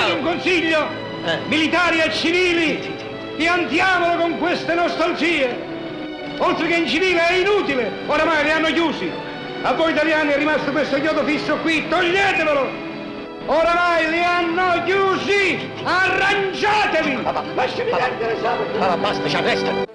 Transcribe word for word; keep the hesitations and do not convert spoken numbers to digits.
un consiglio, Eh. militari e civili, piantiamolo con queste nostalgie. Oltre che incivile è inutile, oramai li hanno chiusi. A voi italiani è rimasto questo chiodo fisso qui, toglietevelo! Oramai li hanno chiusi! Arrangiatevi! Lasciami perdere, Sabato! Basta, ci arresta!